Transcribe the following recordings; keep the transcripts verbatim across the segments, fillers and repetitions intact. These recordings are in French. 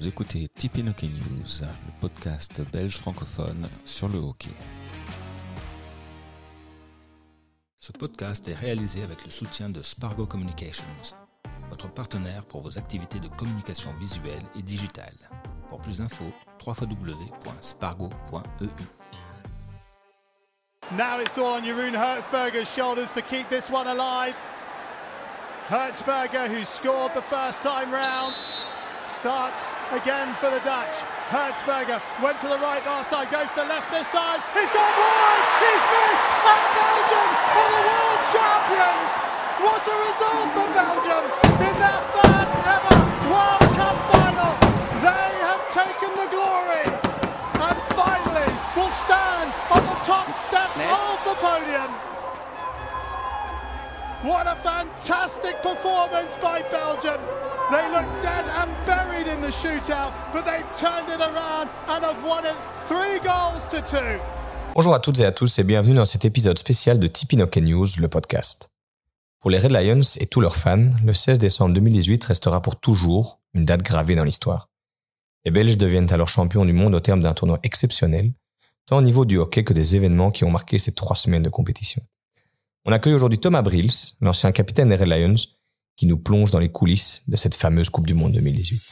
Vous écoutez Tipeee Hockey News, le podcast belge francophone sur le hockey. Ce podcast est réalisé avec le soutien de Spargo Communications, votre partenaire pour vos activités de communication visuelle et digitale. Pour plus d'infos, w w w point spargo point e u. Now it's all on Jeroen Hertzberger's shoulders to keep this one alive. Hertzberger, who scored the first time round, starts again for the Dutch. Hertzberger went to the right last time, goes to the left this time. He's gone wide! He's missed! And Belgium are the world champions! What a result for Belgium in their first ever World Cup final! They have taken the glory and finally will stand on the top step of the podium. What a fantastic performance by Belgium. They looked dead and buried in the shootout, but they've turned it around and have won it three goals to two. Bonjour à toutes et à tous et bienvenue dans cet épisode spécial de Tipeee Hockey News, le podcast. Pour les Red Lions et tous leurs fans, le seize décembre deux mille dix-huit restera pour toujours une date gravée dans l'histoire. Les Belges deviennent alors champions du monde au terme d'un tournoi exceptionnel, tant au niveau du hockey que des événements qui ont marqué ces trois semaines de compétition. On accueille aujourd'hui Thomas Brils, l'ancien capitaine des Red Lions, qui nous plonge dans les coulisses de cette fameuse Coupe du Monde deux mille dix-huit.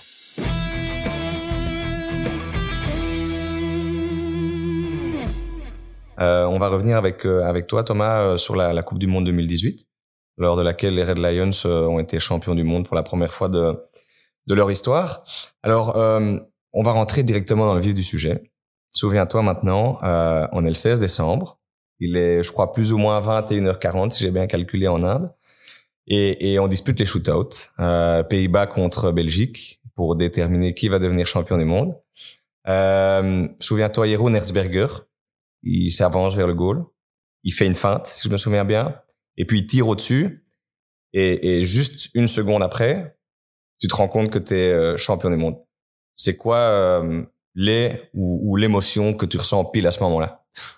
Euh, on va revenir avec euh, avec toi, Thomas, euh, sur la, la Coupe du Monde deux mille dix-huit, lors de laquelle les Red Lions euh, ont été champions du monde pour la première fois de de leur histoire. Alors, euh, on va rentrer directement dans le vif du sujet. Souviens-toi maintenant, euh, on est le seize décembre. Il est, je crois, plus ou moins vingt et une heures quarante, si j'ai bien calculé, en Inde. Et, et on dispute les shootouts. Euh, Pays-Bas contre Belgique pour déterminer qui va devenir champion du monde. Euh, souviens-toi, Jeroen Hertzberger, il s'avance vers le goal. Il fait une feinte, si je me souviens bien. Et puis, il tire au-dessus. Et, et juste une seconde après, tu te rends compte que tu es champion du monde. C'est quoi euh, les ou, ou l'émotion que tu ressens en pile à ce moment-là?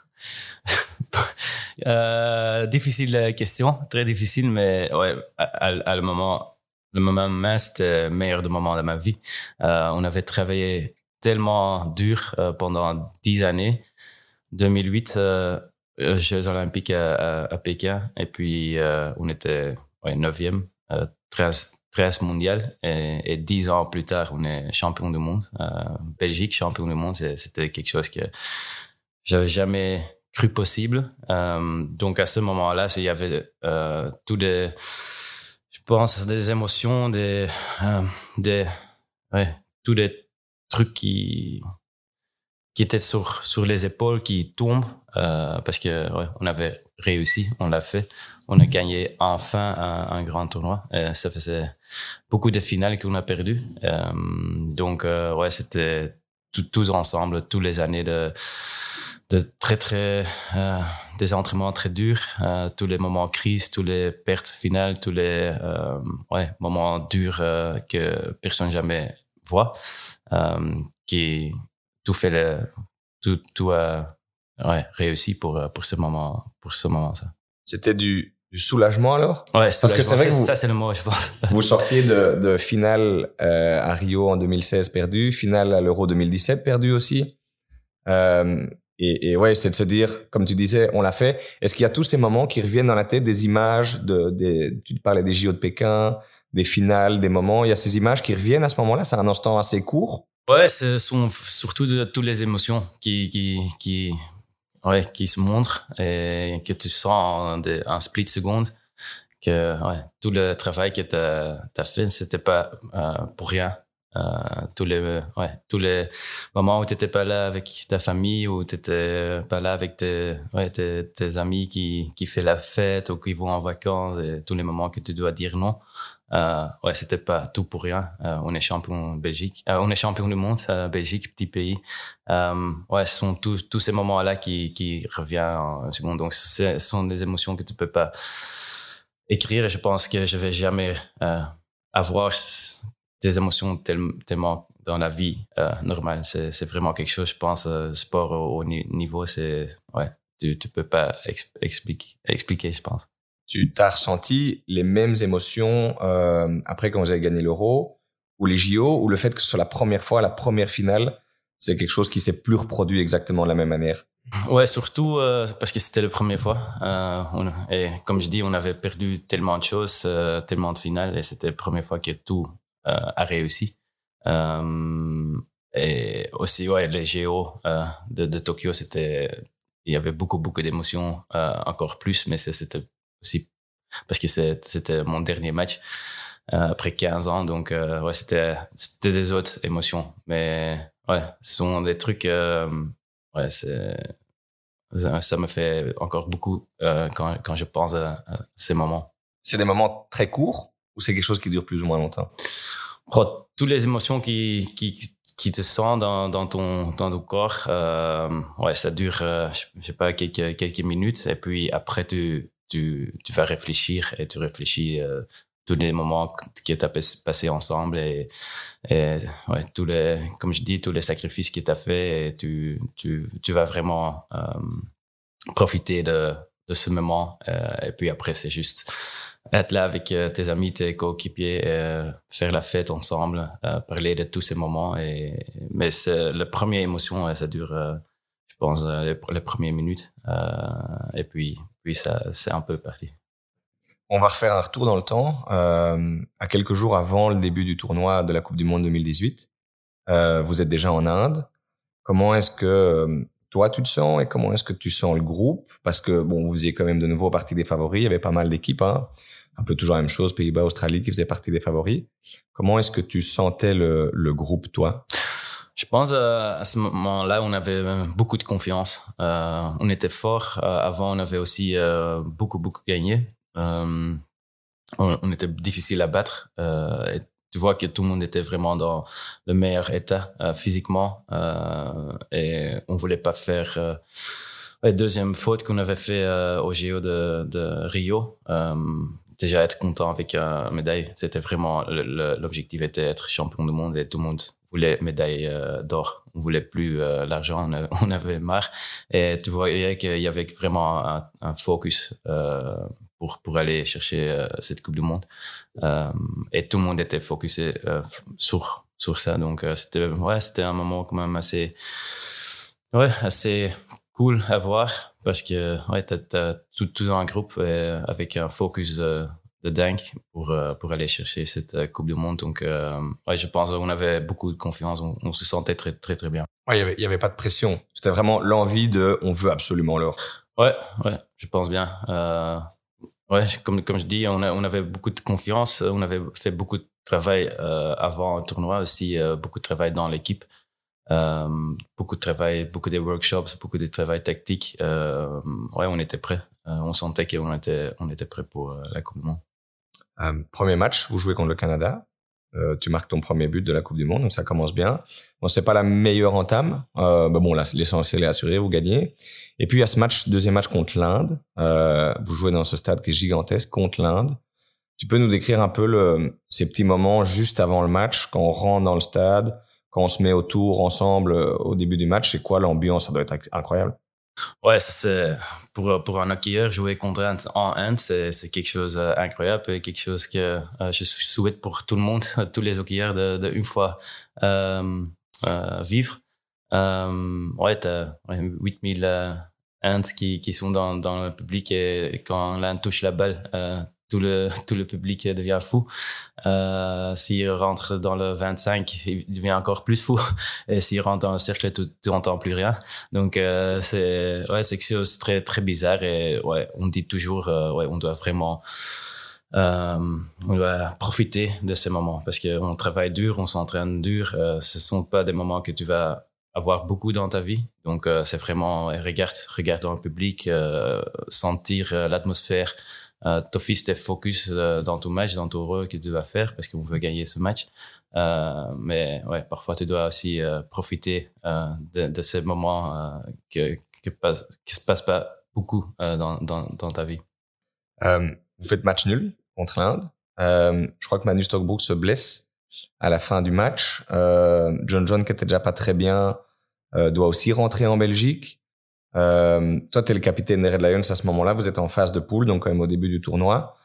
Euh, difficile la question, très difficile, mais ouais, à, à le moment, le moment même, c'était le meilleur moment de ma vie. Euh, on avait travaillé tellement dur euh, pendant dix années. deux mille huit, euh, Jeux Olympiques à, à, à Pékin, et puis euh, on était ouais, neuvième, euh, treize, treize mondial, et, et dix ans plus tard, on est champion du monde. Euh, Belgique, champion du monde, c'était quelque chose que j'avais jamais cru possible. Euh, donc à ce moment-là, il y avait euh, tous des, je pense, des émotions, des, euh, des, ouais, tous des trucs qui qui étaient sur sur les épaules, qui tombent euh, parce que ouais, on avait réussi, on l'a fait, on a gagné enfin un, un grand tournoi. Et ça faisait beaucoup de finales qu'on a perdu. Euh, donc euh, ouais, c'était tout, tous ensemble, toutes les années de de très très euh, des entraînements très durs, euh, tous les moments crise, tous les pertes finales, tous les euh, ouais moments durs euh, que personne jamais voit, euh, qui tout fait le tout tout a ouais réussi pour pour ce moment pour ce moment ça. C'était du du soulagement alors? Ouais, parce que c'est vrai que vous, ça c'est le mot, je pense. Vous sortiez de de finale euh, à Rio en deux mille seize perdu, finale à l'Euro deux mille dix-sept perdu aussi. Euh, Et, et ouais, c'est de se dire, comme tu disais, on l'a fait. Est-ce qu'il y a tous ces moments qui reviennent dans la tête, des images de, des, tu parlais des J O de Pékin, des finales, des moments. Il y a ces images qui reviennent à ce moment-là. C'est un instant assez court. Ouais, ce sont surtout de, toutes les émotions qui, qui, qui, ouais, qui se montrent et que tu sens en, de, en split seconde. Que, ouais, tout le travail que t'as, t'as fait, c'était pas euh, pour rien. Euh, tous les ouais tous les moments où t'étais pas là avec ta famille, ou t'étais pas là avec tes ouais tes, tes amis qui qui fait la fête ou qui vont en vacances, et tous les moments que tu dois dire non, euh, ouais c'était pas tout pour rien. Euh, on est champion Belgique, euh, on est champion du monde, euh, Belgique, petit pays. Euh, ouais, ce sont tous tous ces moments là qui qui reviennent en seconde. Donc ce sont des émotions que tu peux pas écrire, et je pense que je vais jamais euh, avoir des émotions tellement dans la vie euh, normale. C'est, c'est vraiment quelque chose, je pense, euh, sport au, au niveau, c'est, ouais, tu, tu peux pas exp- expliquer, expliquer, je pense. Tu t'as ressenti les mêmes émotions euh, après quand vous avez gagné l'Euro, ou les J O, ou le fait que ce soit la première fois, la première finale, c'est quelque chose qui s'est plus reproduit exactement de la même manière? Ouais, surtout euh, parce que c'était la première fois. Euh, on, et comme je dis, on avait perdu tellement de choses, euh, tellement de finales, et c'était la première fois que tout euh, a réussi. Euh, et aussi, ouais, les J O euh, de, de Tokyo, c'était, il y avait beaucoup, beaucoup d'émotions, euh, encore plus, mais c'était aussi parce que c'était mon dernier match euh, après quinze ans, donc euh, ouais, c'était, c'était des autres émotions. Mais ouais, ce sont des trucs. Euh, Ouais, c'est, ça, ça me fait encore beaucoup euh, quand, quand je pense à, à ces moments. C'est des moments très courts ou c'est quelque chose qui dure plus ou moins longtemps? Oh, toutes les émotions qui, qui, qui te sentent dans, dans, ton, dans ton corps, euh, ouais, ça dure, euh, je sais pas, quelques, quelques minutes. Et puis après, tu, tu, tu vas réfléchir et tu réfléchis euh, tous les moments qui t'as passé ensemble et, et ouais, tous les, comme je dis, tous les sacrifices que t'as fait et tu, tu, tu vas vraiment euh, profiter de, de ce moment. Euh, et puis après, c'est juste être là avec euh, tes amis, tes coéquipiers, euh, faire la fête ensemble, euh, parler de tous ces moments. Et, mais c'est la première émotion, ouais, ça dure, euh, je pense, euh, les, les premières minutes. Euh, et puis, puis ça, c'est un peu parti. On va refaire un retour dans le temps, euh, à quelques jours avant le début du tournoi de la Coupe du Monde deux mille dix-huit. Euh, vous êtes déjà en Inde. Comment est-ce que euh, toi tu te sens et comment est-ce que tu sens le groupe? Parce que bon, vous faisiez quand même de nouveau partie des favoris. Il y avait pas mal d'équipes, hein. Un peu toujours la même chose, Pays-Bas, Australie qui faisaient partie des favoris. Comment est-ce que tu sentais le, le groupe, toi? Je pense euh, à ce moment-là, on avait beaucoup de confiance. Euh, on était fort. Euh, avant, on avait aussi euh, beaucoup, beaucoup gagné. Euh, on, on était difficile à battre. Euh, et tu vois que tout le monde était vraiment dans le meilleur état euh, physiquement. Euh, et on voulait pas faire euh, la deuxième faute qu'on avait fait euh, au J O de, de Rio. Euh, déjà être content avec une médaille, c'était vraiment le, le, l'objectif était être champion du monde et tout le monde voulait médaille euh, d'or. On voulait plus euh, l'argent, on, on avait marre. Et tu voyais qu'il y avait vraiment un, un focus euh, pour pour aller chercher euh, cette Coupe du Monde. Euh, et tout le monde était focusé euh, sur sur ça. Donc euh, c'était ouais, c'était un moment quand même assez ouais, assez cool à voir parce que ouais, t'as, t'as tout tout un groupe euh, avec un focus euh, de dingue pour euh, pour aller chercher cette euh, Coupe du Monde. Donc euh, ouais, je pense qu'on avait beaucoup de confiance, on, on se sentait très très très bien. Ouais, il y avait il y avait pas de pression. C'était vraiment l'envie de on veut absolument l'or. Ouais, ouais, je pense bien. Euh, ouais, comme comme je dis, on a, on avait beaucoup de confiance, on avait fait beaucoup de travail euh, avant le tournoi aussi, euh, beaucoup de travail dans l'équipe. Euh, beaucoup de travail, beaucoup de workshops, beaucoup de travail tactique. Euh, ouais, on était prêts. Euh, on sentait qu'on était, on était prêts pour euh, la Coupe du Monde. Euh, premier match, vous jouez contre le Canada. Euh, tu marques ton premier but de la Coupe du Monde, donc ça commence bien. Bon, c'est pas la meilleure entame. Euh, bah bon, là, l'essentiel est assuré, vous gagnez. Et puis, il y a ce match, deuxième match contre l'Inde. Euh, vous jouez dans ce stade qui est gigantesque contre l'Inde. Tu peux nous décrire un peu le, ces petits moments juste avant le match, quand on rentre dans le stade, quand on se met autour ensemble au début du match, c'est quoi l'ambiance? Ça doit être incroyable. Ouais, ça c'est pour pour un hockeyeur jouer contre Inde en Inde, c'est c'est quelque chose d'incroyable et quelque chose que euh, je souhaite pour tout le monde, tous les hockeyeurs de, de une fois euh, euh, vivre. Euh, ouais, t'as ouais, huit mille euh, Indes qui qui sont dans dans le public et, et quand l'Inde touche la balle, euh, tout le tout le public devient fou. Euh, s'il rentre dans le vingt-cinq, il devient encore plus fou. Et s'il rentre dans le cercle, tu tu entends plus rien. Donc euh, c'est ouais, c'est quelque chose de très très bizarre et ouais, on dit toujours euh, ouais, on doit vraiment euh, on doit profiter de ces moments parce que on travaille dur, on s'entraîne dur. Euh, ce sont pas des moments que tu vas avoir beaucoup dans ta vie. Donc euh, c'est vraiment ouais, regarde regarde dans le public, euh, sentir euh, l'atmosphère. Euh, t'offices tes focus euh, dans ton match, dans ton rôle que tu dois faire parce qu'on veut gagner ce match. Euh, mais ouais, parfois tu dois aussi euh, profiter euh, de, de ces moments euh, que, que passe, qui se passent pas beaucoup euh, dans, dans, dans ta vie. Euh, vous faites match nul contre l'Inde. Euh, je crois que Manu Stockbrook se blesse à la fin du match. Euh, John John, qui était déjà pas très bien, euh, doit aussi rentrer en Belgique. Euh, toi, t'es le capitaine des Red Lions à ce moment-là. Vous êtes en phase de poule, donc quand même au début du tournoi.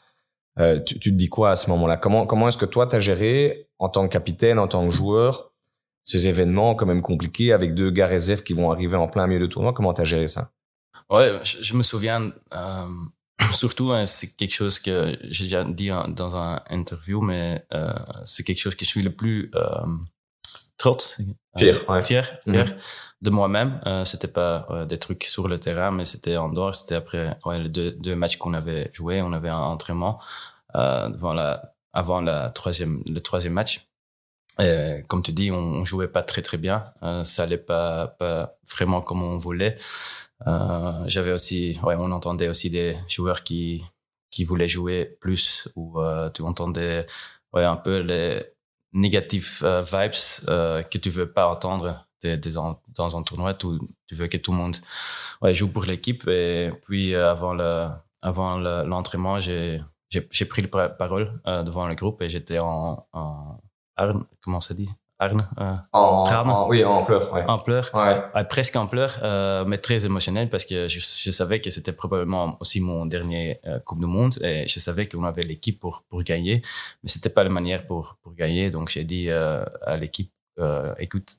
Euh, tu, tu te dis quoi à ce moment-là? Comment, comment est-ce que toi, t'as géré, en tant que capitaine, en tant que joueur, ces événements quand même compliqués avec deux gars réserves qui vont arriver en plein milieu de tournoi? Comment t'as géré ça? Ouais, je, je me souviens, euh, surtout, hein, c'est quelque chose que j'ai déjà dit en, dans un interview, mais euh, c'est quelque chose que je suis le plus euh, trots, Fier, euh, ouais. fier, fier Mm-hmm. de moi-même. Euh, c'était pas euh, des trucs sur le terrain, mais c'était en dehors. C'était après ouais, les deux, deux matchs qu'on avait joués. On avait un entraînement euh, devant la, avant la troisième, le troisième match. Et, comme tu dis, on, on jouait pas très très bien. Euh, ça allait pas, pas vraiment comme on voulait. Euh, j'avais aussi, ouais, on entendait aussi des joueurs qui qui voulaient jouer plus, ou euh, tu entendais ouais un peu les négatifs euh, vibes euh, que tu veux pas entendre des, des en, dans un tournoi. Tu, tu veux que tout le monde ouais joue pour l'équipe. Et puis euh, avant le avant le, l'entraînement, j'ai j'ai j'ai pris la parole euh, devant le groupe et j'étais en en Arne, comment ça dit? Arne, euh, En, Trane. en, oui, en pleurs, ouais. En pleurs. Ouais. Ouais, presque en pleurs, euh, mais très émotionnel parce que je, je savais que c'était probablement aussi mon dernier euh, Coupe du Monde et je savais qu'on avait l'équipe pour pour gagner, mais c'était pas la manière pour pour gagner. Donc j'ai dit euh, à l'équipe, euh, écoute,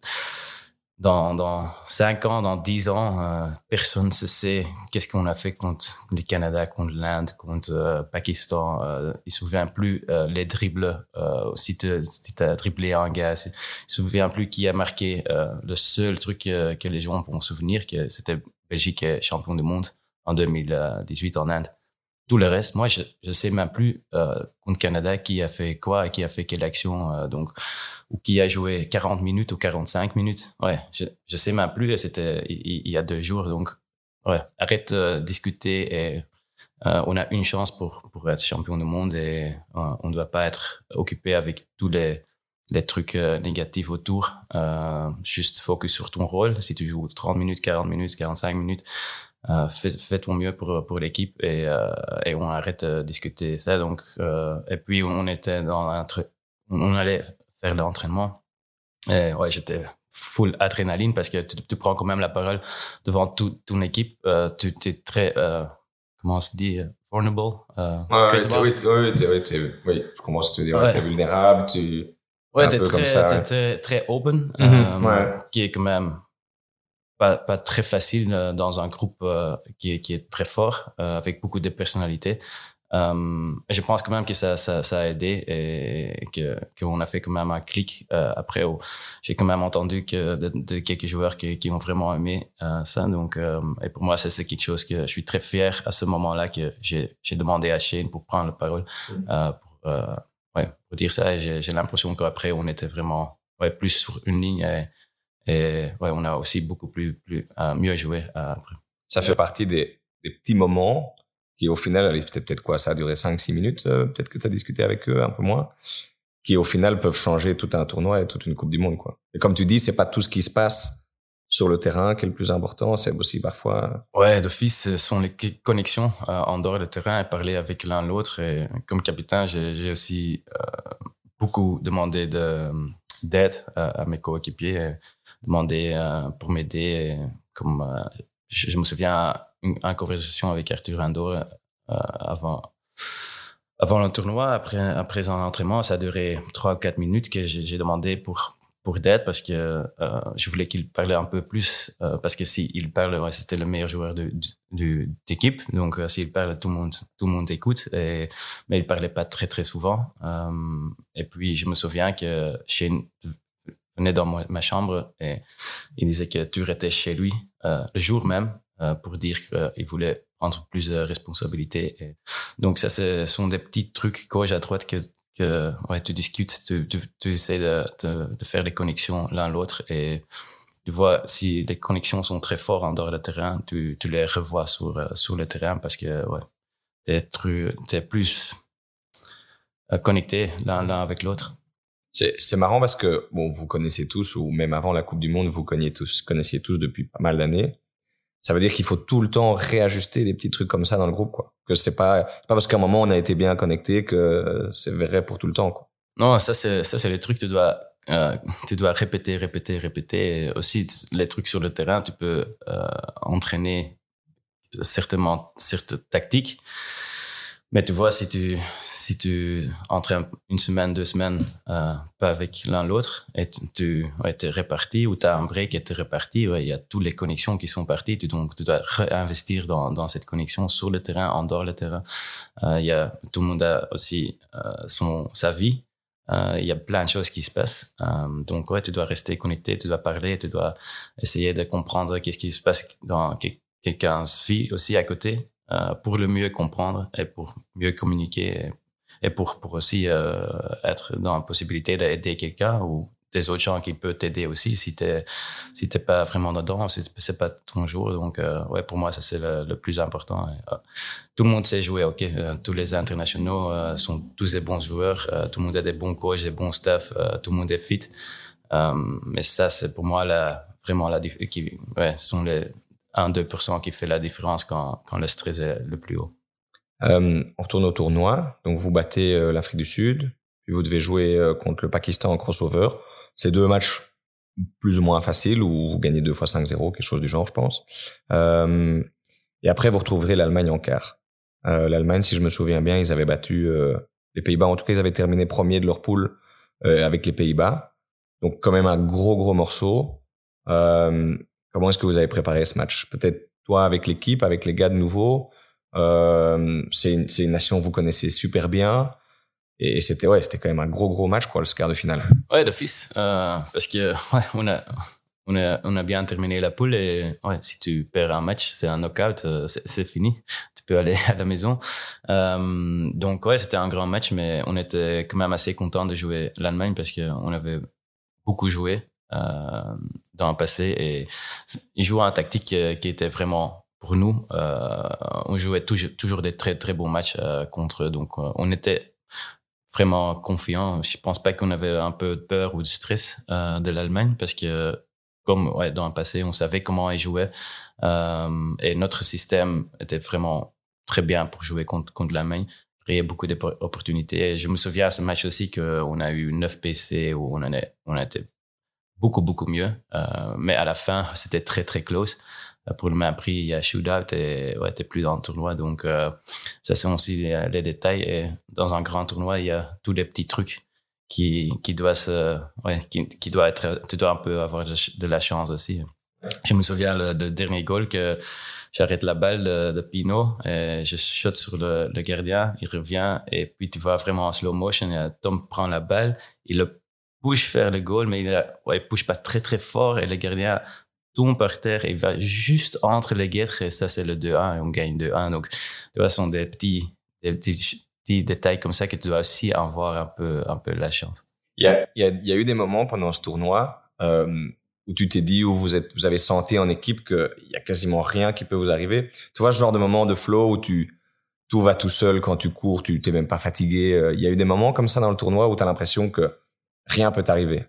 dans dans cinq ans, dans dix ans, euh, personne ne sait qu'est-ce qu'on a fait contre le Canada, contre l'Inde, contre euh, Pakistan. Euh, ils se souviennent plus euh, les dribbles. Euh, si tu si t'as dribblé un gars, ils se souviennent plus qui a marqué. Euh, le seul truc euh, que les gens vont se souvenir, que c'était Belgique champion du monde en deux mille dix-huit en Inde. Tout le reste, moi, je je sais même plus euh, contre Canada qui a fait quoi et qui a fait quelle action, euh, donc ou qui a joué quarante minutes ou quarante-cinq minutes. Ouais, je je sais même plus. C'était il, il y a deux jours, donc ouais, arrête de euh, discuter et euh, on a une chance pour pour être champion du monde et euh, on ne doit pas être occupé avec tous les les trucs euh, négatifs autour. Euh, juste focus sur ton rôle. Si tu joues trente minutes, quarante minutes, quarante-cinq minutes. Euh, fais, fais ton mieux pour pour l'équipe et euh, et on arrête de discuter ça. Donc euh, et puis on était dans un truc, on allait faire l'entraînement et ouais, j'étais full adrénaline parce que tu, tu prends quand même la parole devant toute ton équipe. Euh, tu es très euh, comment on se dit, vulnerable. Euh, ouais, ouais, t'es, oui, oui, t'es, oui, t'es, oui, je commence à te dire, ouais. T'es vulnérable, tu ouais, t'es très, ça, t'es ouais. très très open, mm-hmm, euh, ouais. Qui est quand même pas pas très facile dans un groupe euh, qui est qui est très fort euh, avec beaucoup de personnalités. Euh, je pense quand même que ça ça ça a aidé et que qu'on a fait quand même un clic euh, après. Où j'ai quand même entendu que de, de quelques joueurs qui qui ont vraiment aimé euh, ça. Donc euh, et pour moi ça c'est quelque chose que je suis très fier à ce moment-là que j'ai j'ai demandé à Shane pour prendre la parole euh, pour euh, ouais pour dire ça. Et j'ai j'ai l'impression qu'après on était vraiment ouais plus sur une ligne. Et, Et ouais, on a aussi beaucoup plus, plus euh, mieux joué euh, après. Ça fait partie des, des petits moments qui, au final, allez, peut-être, peut-être quoi, ça a duré cinq six minutes, euh, peut-être que tu as discuté avec eux un peu moins, qui, au final, peuvent changer tout un tournoi et toute une Coupe du Monde, quoi. Et comme tu dis, c'est pas tout ce qui se passe sur le terrain qui est le plus important, c'est aussi parfois... Ouais, d'office, ce sont les connexions euh, en dehors du terrain et parler avec l'un l'autre. Et comme capitaine, j'ai, j'ai aussi euh, beaucoup demandé de, d'aide euh, à mes coéquipiers, demandé euh, pour m'aider. Comme euh, je, je me souviens une, une conversation avec Arthur Ando euh, avant avant le tournoi, après après un entraînement, ça a duré trois ou quatre minutes que j'ai, j'ai demandé pour pour d'aide parce que euh, je voulais qu'il parle un peu plus euh, parce que si il parle, ouais, c'était le meilleur joueur de, de, de d'équipe, donc euh, s'il parle, tout le monde tout le monde écoute. Et mais il parlait pas très très souvent. Euh, et puis je me souviens que Shane venait dans ma, ma chambre et il disait que tu étais chez lui euh, le jour même euh, pour dire qu'il voulait prendre plus de responsabilités. Et donc ça, ce sont des petits trucs gauche à droite que que ouais, tu discutes, tu, tu, tu essaies de, de, de faire des connexions l'un l'autre et tu vois si les connexions sont très fortes en dehors du terrain, tu, tu les revois sur, sur le terrain parce que ouais, t'es, t'es plus connecté l'un, l'un avec l'autre. C'est, c'est marrant parce que bon, vous connaissez tous, ou même avant la Coupe du Monde, vous connaissiez tous, connaissiez tous depuis pas mal d'années. Ça veut dire qu'il faut tout le temps réajuster des petits trucs comme ça dans le groupe, quoi. Que c'est pas, c'est pas parce qu'à un moment on a été bien connecté que c'est vrai pour tout le temps, quoi. Non, ça c'est, ça c'est les trucs que tu dois, euh, tu dois répéter, répéter, répéter. Et aussi, les trucs sur le terrain, tu peux euh, entraîner certainement certaines tactiques. Mais tu vois, si tu, si tu entraînes une semaine, deux semaines, euh, pas avec l'un l'autre, et tu, tu ouais, t'es réparti, ou t'as un break et t'es réparti, ouais, il y a toutes les connexions qui sont parties, tu, donc tu dois réinvestir dans, dans cette connexion sur le terrain, en dehors le terrain. Euh, il y a, tout le monde a aussi, euh, son, sa vie. Euh, il y a plein de choses qui se passent. Euh, donc, ouais, tu dois rester connecté, tu dois parler, tu dois essayer de comprendre qu'est-ce qui se passe dans quelqu'un vie aussi à côté. Euh, pour le mieux comprendre et pour mieux communiquer et, et pour pour aussi euh, être dans la possibilité d'aider quelqu'un ou des autres gens qui peuvent t'aider aussi si t'es si t'es pas vraiment dedans, si c'est pas ton jour. Donc euh, ouais, pour moi ça c'est le, le plus important. Et, euh, tout le monde sait jouer, ok. Euh, tous les internationaux euh, sont tous des bons joueurs, euh, tout le monde a des bons coachs, des bons staff, euh, tout le monde est fit. Euh, mais ça c'est pour moi la vraiment la qui ouais sont les un à deux pour cent qui fait la différence quand, quand le stress est le plus haut. Euh, on retourne au tournoi. Donc, vous battez euh, l'Afrique du Sud, puis vous devez jouer euh, contre le Pakistan en crossover. C'est deux matchs plus ou moins faciles où vous gagnez deux fois cinq zéro, quelque chose du genre, je pense. Euh, et après, vous retrouverez l'Allemagne en quart. Euh, L'Allemagne, si je me souviens bien, ils avaient battu euh, les Pays-Bas. En tout cas, ils avaient terminé premier de leur poule euh, avec les Pays-Bas. Donc, quand même un gros, gros morceau. Euh, Comment est-ce que vous avez préparé ce match? Peut-être toi avec l'équipe, avec les gars de nouveau. Euh, c'est une, c'est une nation que vous connaissez super bien. Et c'était ouais, c'était quand même un gros gros match quoi, le quart de finale. Ouais, d'office, euh, parce que ouais, on a on a on a bien terminé la poule et ouais, si tu perds un match, c'est un knockout, c'est, c'est fini. Tu peux aller à la maison. Euh, donc ouais, c'était un grand match, mais on était quand même assez content de jouer l'Allemagne parce que on avait beaucoup joué. Euh, dans le passé et ils jouaient un tactique qui, qui était vraiment pour nous. Euh, on jouait toujours, toujours des très très bons matchs euh, contre eux, donc euh, on était vraiment confiants. Je pense pas qu'on avait un peu de peur ou de stress euh, de l'Allemagne parce que comme ouais, dans le passé, on savait comment ils jouaient euh, et notre système était vraiment très bien pour jouer contre, contre l'Allemagne. Il y a beaucoup d'opportunités. Et je me souviens à ce match aussi qu'on a eu neuf P C où on en est, on a été beaucoup, beaucoup mieux. Euh, mais à la fin, c'était très, très close. Euh, pour le même prix, il y a shootout et ouais, t'es plus dans le tournoi. Donc, euh, ça, c'est aussi les, les détails. Et dans un grand tournoi, il y a tous les petits trucs qui, qui doivent se, ouais, qui, qui doivent être, tu dois un peu avoir de, de la chance aussi. Je me souviens le, le dernier goal que j'arrête la balle de, de Pino et je shot sur le, le gardien. Il revient et puis tu vois vraiment en slow motion. Et Tom prend la balle, il le push faire le goal, mais il, a, ouais, il push pas très très fort et le gardien tombe par terre et il va juste entre les guêtres et ça c'est le deux un et on gagne deux un. Donc, tu vois, ce sont des petits, des petits, petits détails comme ça que tu dois aussi avoir un peu, un peu la chance. Il y a, il y a, il y a eu des moments pendant ce tournoi euh, où tu t'es dit, où vous êtes, vous avez senti en équipe qu'il y a quasiment rien qui peut vous arriver. Tu vois, ce genre de moment de flow où tu, tout va tout seul quand tu cours, tu t'es même pas fatigué. Il y a eu des moments comme ça dans le tournoi où tu as l'impression que rien peut t'arriver.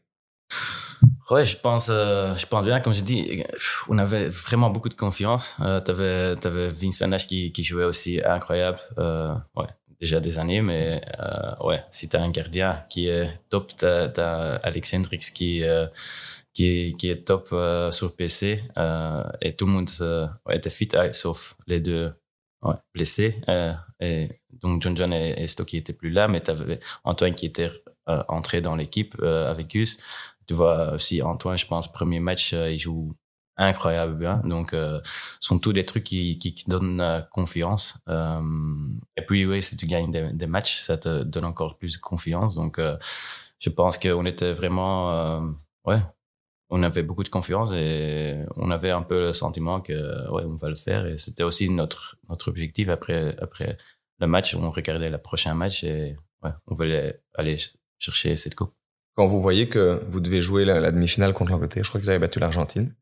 Ouais, je pense, euh, je pense bien, comme je dis, on avait vraiment beaucoup de confiance. Euh, t'avais, t'avais Vince Van Asch qui, qui jouait aussi incroyable. Euh, ouais, déjà des années, mais euh, ouais, si t'as un gardien qui est top, t'as, t'as Alex Hendricks qui, euh, qui, qui est top euh, sur P C euh, et tout le monde euh, ouais, était fit, ouais, sauf les deux ouais, blessés. Euh, et donc John John et, et Stocky étaient plus là, mais t'avais Antoine qui était euh, entré dans l'équipe euh, avec Gus. Tu vois aussi Antoine, je pense, premier match, euh, il joue incroyable bien. Donc, euh, ce sont tous des trucs qui, qui, qui donnent euh, confiance. Euh, et puis, oui, si tu gagnes des, des matchs, ça te donne encore plus de confiance. Donc, euh, je pense qu'on était vraiment, euh, ouais, on avait beaucoup de confiance et on avait un peu le sentiment que, ouais, on va le faire. Et c'était aussi notre notre objectif après après le match. On regardait le prochain match et ouais, on voulait aller chercher cette coupe. Quand vous voyez que vous devez jouer la, la demi-finale contre l'Angleterre, je crois qu'ils avaient battu l'Argentine.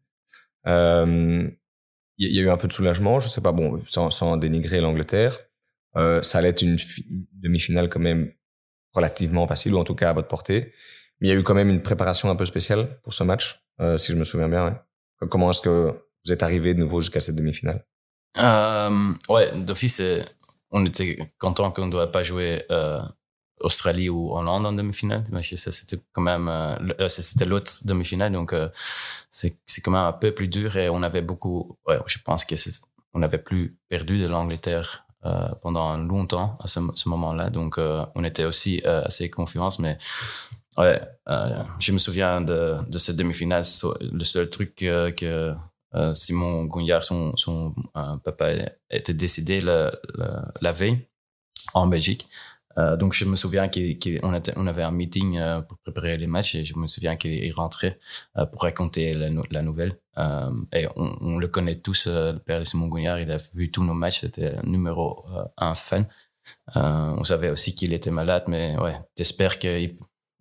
Euh, il y a eu un peu de soulagement, je sais pas, bon, sans, sans dénigrer l'Angleterre. Euh, ça allait être une, fi- une demi-finale quand même relativement facile, ou en tout cas à votre portée. Mais il y a eu quand même une préparation un peu spéciale pour ce match, euh, si je me souviens bien. Ouais. Comment est-ce que vous êtes arrivé de nouveau jusqu'à cette demi-finale? Euh, ouais, d'office, on était content qu'on ne doit pas jouer euh, Australie ou Hollande en demi-finale. Mais ça, c'était quand même, euh, c'était l'autre demi-finale, donc euh, c'est, c'est quand même un peu plus dur et on avait beaucoup, ouais, je pense que c'est, on avait plus perdu de l'Angleterre euh, pendant longtemps à ce, ce moment-là. Donc, euh, on était aussi euh, assez confiants. Mais ouais, euh, je me souviens de, de cette demi-finale. Le seul truc que, que euh, Simon Gougnard, son, son euh, papa, était décédé la, la, la veille en Belgique. Euh, donc, je me souviens qu'on qu on avait un meeting euh, pour préparer les matchs et je me souviens qu'il rentrait euh, pour raconter la, no la nouvelle. Euh, et on, on le connaît tous, euh, le père de Simon Gougnard, il a vu tous nos matchs, c'était numéro euh, un fan. Euh, on savait aussi qu'il était malade, mais ouais, j'espère qu'il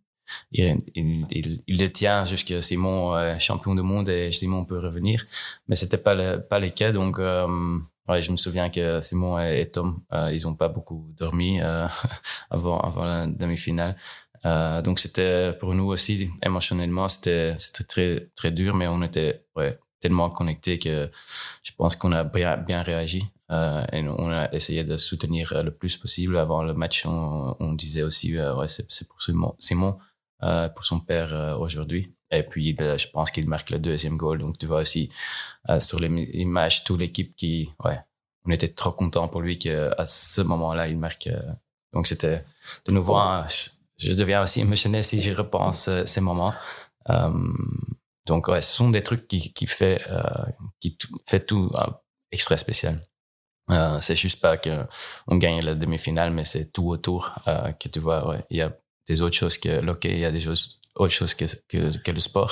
il, il, il, il le tient jusqu'à Simon euh, champion du monde et Simon peut revenir. Mais c'était pas le, pas le cas, donc... Euh, Ouais, je me souviens que Simon et, et Tom, euh, ils ont pas beaucoup dormi euh, avant, avant la demi-finale. Euh, donc c'était pour nous aussi émotionnellement, c'était c'était très très dur, mais on était ouais tellement connectés que je pense qu'on a bien bien réagi euh, et on a essayé de soutenir le plus possible. Avant le match, on, on disait aussi euh, ouais c'est c'est pour Simon, Simon euh, pour son père euh, aujourd'hui. Et puis, je pense qu'il marque le deuxième goal. Donc, tu vois aussi euh, sur les images, toute l'équipe qui, ouais, on était trop content pour lui qu'à ce moment-là, il marque. Euh, donc, c'était de nouveau, un, je deviens aussi émotionnel si j'y repense euh, ces moments. Euh, donc, ouais, ce sont des trucs qui, qui fait, euh, qui fait tout euh, extra spécial. Euh, c'est juste pas que on gagne la demi-finale, mais c'est tout autour euh, que tu vois. Ouais, il y a des autres choses que l'hockey, il y a des choses autre chose que, que, que le sport.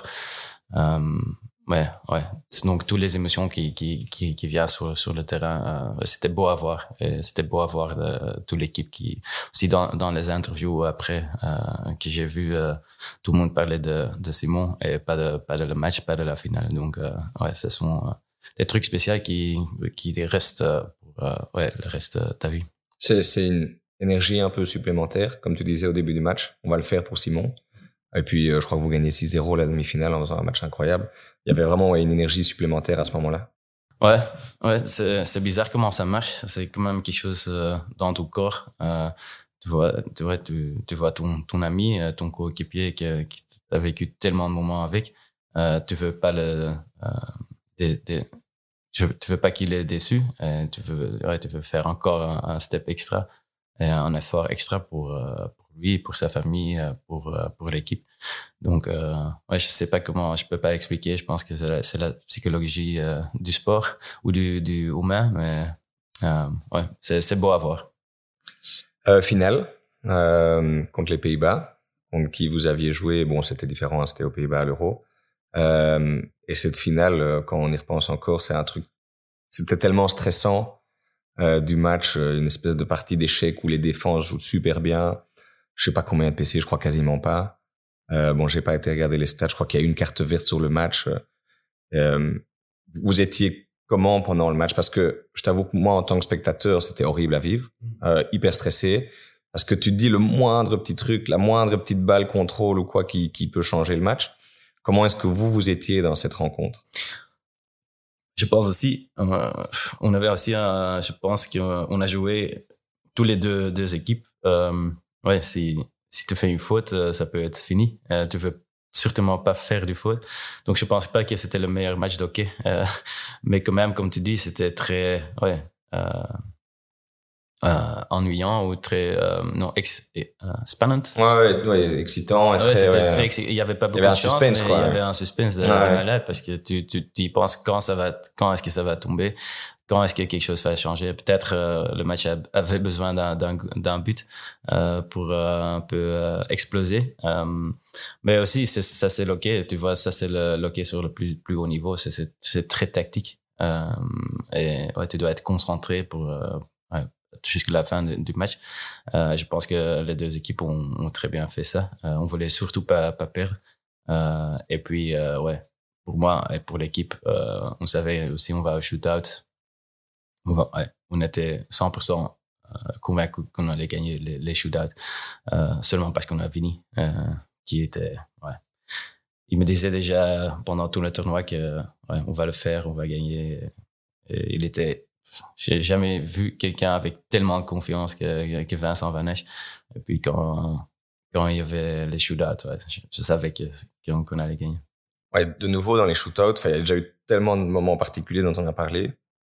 Euh, ouais, ouais. Donc, toutes les émotions qui, qui, qui, qui viennent sur, sur le terrain, euh, c'était beau à voir. Et c'était beau à voir de, toute l'équipe qui, aussi dans, dans les interviews après, euh, que j'ai vu, euh, tout le monde parlait de, de Simon et pas de, pas de le match, pas de la finale. Donc, euh, ouais, ce sont euh, des trucs spéciaux qui, qui restent pour, euh, ouais, le reste de ta vie. C'est, c'est une énergie un peu supplémentaire. Comme tu disais au début du match, on va le faire pour Simon. Et puis, euh, je crois que vous gagnez six zéro la demi-finale en faisant un match incroyable. Il y avait vraiment ouais, une énergie supplémentaire à ce moment-là. Ouais, ouais, c'est, c'est bizarre comment ça marche. C'est quand même quelque chose euh, dans ton corps. Euh, tu vois, tu vois, tu, tu vois ton, ton ami, ton coéquipier qui, qui a vécu tellement de moments avec. Euh, tu veux pas le, euh, des, des, tu veux pas qu'il est déçu. Euh, tu veux, ouais, tu veux faire encore un, un step extra et un effort extra pour, euh, pour lui, pour sa famille, pour, pour l'équipe. Donc, euh, ouais, je sais pas comment, je peux pas expliquer. Je pense que c'est la, c'est la psychologie euh, du sport ou du, du humain, mais euh, ouais, c'est, c'est beau à voir. Euh, finale euh, contre les Pays-Bas, contre qui vous aviez joué. Bon, c'était différent, hein, c'était aux Pays-Bas à l'Euro. Euh, et cette finale, quand on y repense encore, c'est un truc. C'était tellement stressant euh, du match, une espèce de partie d'échecs où les défenses jouent super bien. Je sais pas combien de P C, je crois quasiment pas. Euh, bon, j'ai pas été regarder les stats. Je crois qu'il y a une carte verte sur le match. Euh, vous étiez comment pendant le match? Parce que je t'avoue que moi, en tant que spectateur, c'était horrible à vivre, euh, hyper stressé. Parce que tu te dis le moindre petit truc, la moindre petite balle contrôle ou quoi qui, qui peut changer le match. Comment est-ce que vous, vous étiez dans cette rencontre? Je pense aussi, euh, on avait aussi, un, je pense qu'on a joué tous les deux, deux équipes. Euh, ouais, si, si tu fais une faute, ça peut être fini. Euh, tu veux certainement pas faire du faute. Donc, je pense pas que c'était le meilleur match d'hockey. Euh, mais quand même, comme tu dis, c'était très, ouais, euh, euh, ennuyant ou très, euh, non, ex, euh, spannant. Ouais, ouais, ouais, excitant. Et ouais, très, c'était ouais, très exci- il y avait pas beaucoup avait de chance, suspense, mais quoi, il y ouais. avait un suspense de, Ouais, de ouais. malade parce que tu, tu, tu y penses quand ça va, quand est-ce que ça va tomber, quand est-ce que quelque chose va changer. Peut-être euh, le match avait besoin d'un, d'un, d'un but euh, pour euh, un peu euh, exploser. Euh, mais aussi, c'est, ça c'est l'hockey. Tu vois, ça c'est le l'hockey sur le plus plus haut niveau. C'est c'est, c'est très tactique. Euh, et ouais, tu dois être concentré pour euh, ouais, jusqu'à la fin de, du match. Euh, je pense que les deux équipes ont, ont très bien fait ça. Euh, on voulait surtout pas pas perdre. Euh, et puis euh, ouais, pour moi et pour l'équipe, euh, on savait aussi on va au shootout. On, va, ouais, on était cent pour cent convaincus qu'on allait gagner les, les shootouts euh, seulement parce qu'on a Vinny euh, qui était ouais. Il me disait déjà pendant tout le tournoi que ouais, on va le faire, on va gagner. Et il était, j'ai jamais vu quelqu'un avec tellement de confiance que, que Vincent Van Esch. Et puis quand quand il y avait les shootouts, ouais, je, je savais que qu'on, qu'on allait gagner. Ouais, de nouveau dans les shootouts, il y a déjà eu tellement de moments particuliers dont on a parlé.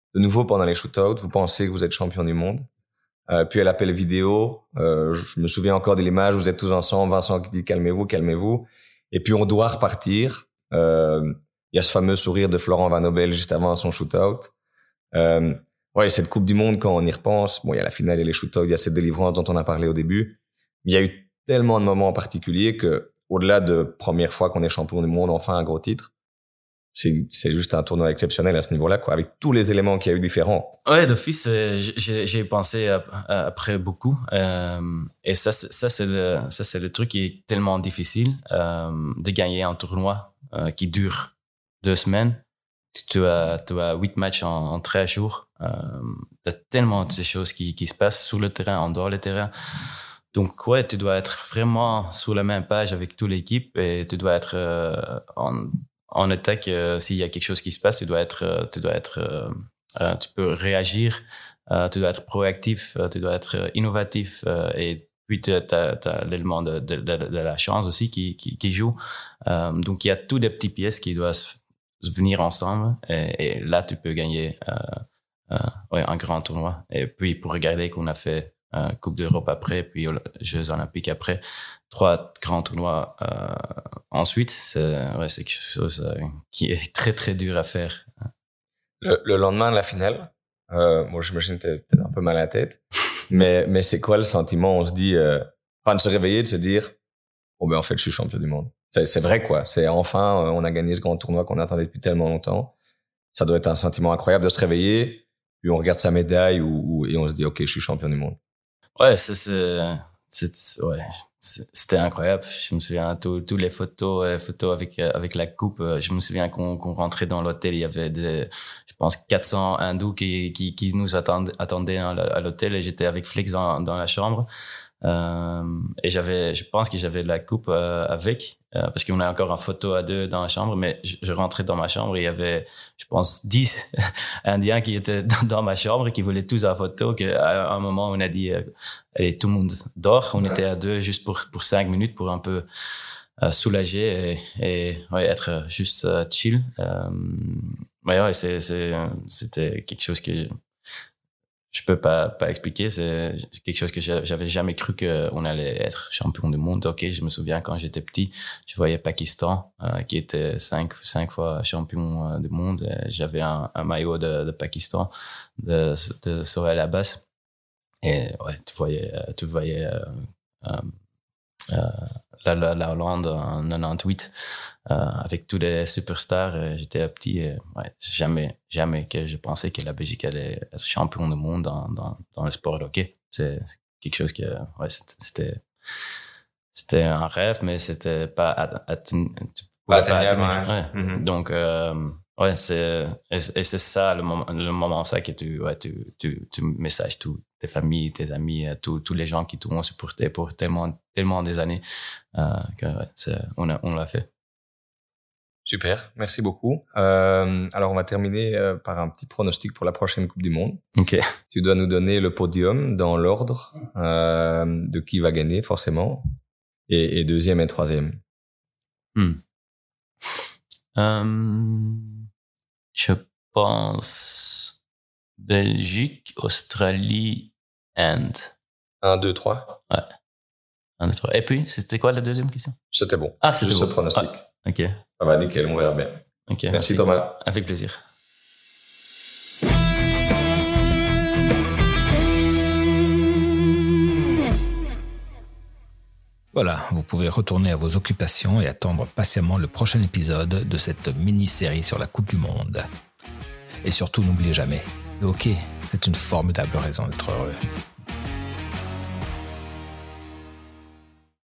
de nouveau pendant les shootouts, vous pensez que vous êtes champion du monde. Euh, puis à l'appel vidéo, euh, je me souviens encore de l'image, vous êtes tous ensemble, Vincent qui dit calmez-vous, calmez-vous. Et puis on doit repartir. Euh, il y a ce fameux sourire de Florent Van Nobel juste avant son shootout. Euh, ouais, cette Coupe du Monde, quand on y repense, bon, il y a la finale et les shootouts, il y a cette délivrance dont on a parlé au début. Il y a eu tellement de moments en particulier que, au-delà de première fois qu'on est champion du monde, enfin un gros titre, c'est, c'est juste un tournoi exceptionnel à ce niveau-là, quoi, avec tous les éléments qu'il y a eu différents. Ouais, d'office, euh, j'ai, j'ai pensé après beaucoup. Euh, et ça, ça, c'est le, ça, c'est le truc qui est tellement difficile, euh, de gagner un tournoi, euh, qui dure deux semaines. Tu as, tu as huit matchs en, en treize jours. Euh, t'as tellement de ces choses qui, qui se passent sur le terrain, en dehors du terrain. Donc, ouais, tu dois être vraiment sur la même page avec toute l'équipe et tu dois être, euh, en, en attaque, euh, s'il y a quelque chose qui se passe, tu dois être, euh, tu dois être, euh, euh, tu peux réagir, euh, tu dois être proactif, euh, tu dois être innovatif, euh, et puis tu as l'élément de, de, de, de la chance aussi qui, qui, qui joue. Euh, donc, il y a tous des petits pièces qui doivent se, se venir ensemble et, et là, tu peux gagner, euh, euh, ouais, un grand tournoi. Et puis, pour regarder qu'on a fait euh, Coupe d'Europe après, puis Jeux Olympiques après, trois grands tournois euh, ensuite, c'est, ouais, c'est quelque chose euh, qui est très, très dur à faire. Le, le lendemain de la finale, euh, moi, j'imagine que t'es peut-être un peu mal à la tête, mais, mais c'est quoi le sentiment? On se dit, euh, enfin, de se réveiller, de se dire, oh, ben, en fait, je suis champion du monde. C'est, c'est vrai, quoi. C'est enfin, euh, on a gagné ce grand tournoi qu'on attendait depuis tellement longtemps. Ça doit être un sentiment incroyable de se réveiller, puis on regarde sa médaille ou, ou, et on se dit, OK, je suis champion du monde. Ouais, c'est, c'est, c'est, ouais, c'était incroyable. Je me souviens tous tous les photos, euh, photos avec avec la coupe. Je me souviens qu'on qu'on rentrait dans l'hôtel, il y avait des, je pense quatre cents hindous qui qui qui nous attendaient attendaient à l'hôtel et j'étais avec Flex dans dans la chambre. Euh, et j'avais, je pense que j'avais la coupe euh, avec, euh, parce qu'on a encore une photo à deux dans la chambre, mais je, je rentrais dans ma chambre et il y avait, je pense, dix Indiens qui étaient dans ma chambre et qui voulaient tous la photo, qu'à un moment on a dit, euh, allez, tout le monde dort, on ouais. était à deux juste pour, pour cinq minutes pour un peu euh, soulager et, et ouais, être juste euh, chill. Euh, ouais, ouais, c'est, c'est, c'était quelque chose que je peux pas pas expliquer, c'est quelque chose que j'avais jamais cru qu'on allait être champion du monde. OK, je me souviens quand j'étais petit, je voyais Pakistan euh, qui était cinq cinq fois champion euh, du monde. J'avais un, un maillot de, de Pakistan de de Sorel Abbas et ouais, tu voyais tu voyais euh, euh, euh, la, la, la Hollande en quatre-vingt-dix-huit euh, avec tous les superstars. Euh, j'étais petit et ouais, jamais jamais que je pensais que la Belgique allait être champion du monde dans dans, dans le sport de hockey. C'est, c'est quelque chose que ouais, c'était c'était, c'était un rêve, mais c'était pas atteignable. Pas atteignable, ouais. ouais. Mm-hmm. Donc euh, ouais, c'est et, et c'est ça le moment le moment ça que tu ouais tu tu tu messages tout tes familles, tes amis, tous tous les gens qui t'ont supporté pour tellement tellement des années euh, que ouais, c'est, on a on l'a fait. Super, merci beaucoup. Euh, alors on va terminer euh, par un petit pronostic pour la prochaine Coupe du Monde. Ok. Tu dois nous donner le podium dans l'ordre euh, de qui va gagner forcément, et, et deuxième et troisième. Hmm. Euh, je pense Belgique, Australie, Inde. Un, deux, trois. Ouais. Un, deux, trois. Et puis, c'était quoi la deuxième question? C'était bon. Ah, c'était juste bon. ce pronostic. Ah, ok. Ça va, nickel, on verra bien. Ok. Merci, merci Thomas. Avec plaisir. Voilà, vous pouvez retourner à vos occupations et attendre patiemment le prochain épisode de cette mini-série sur la Coupe du Monde. Et surtout, n'oubliez jamais, le hockey, c'est une formidable raison d'être heureux.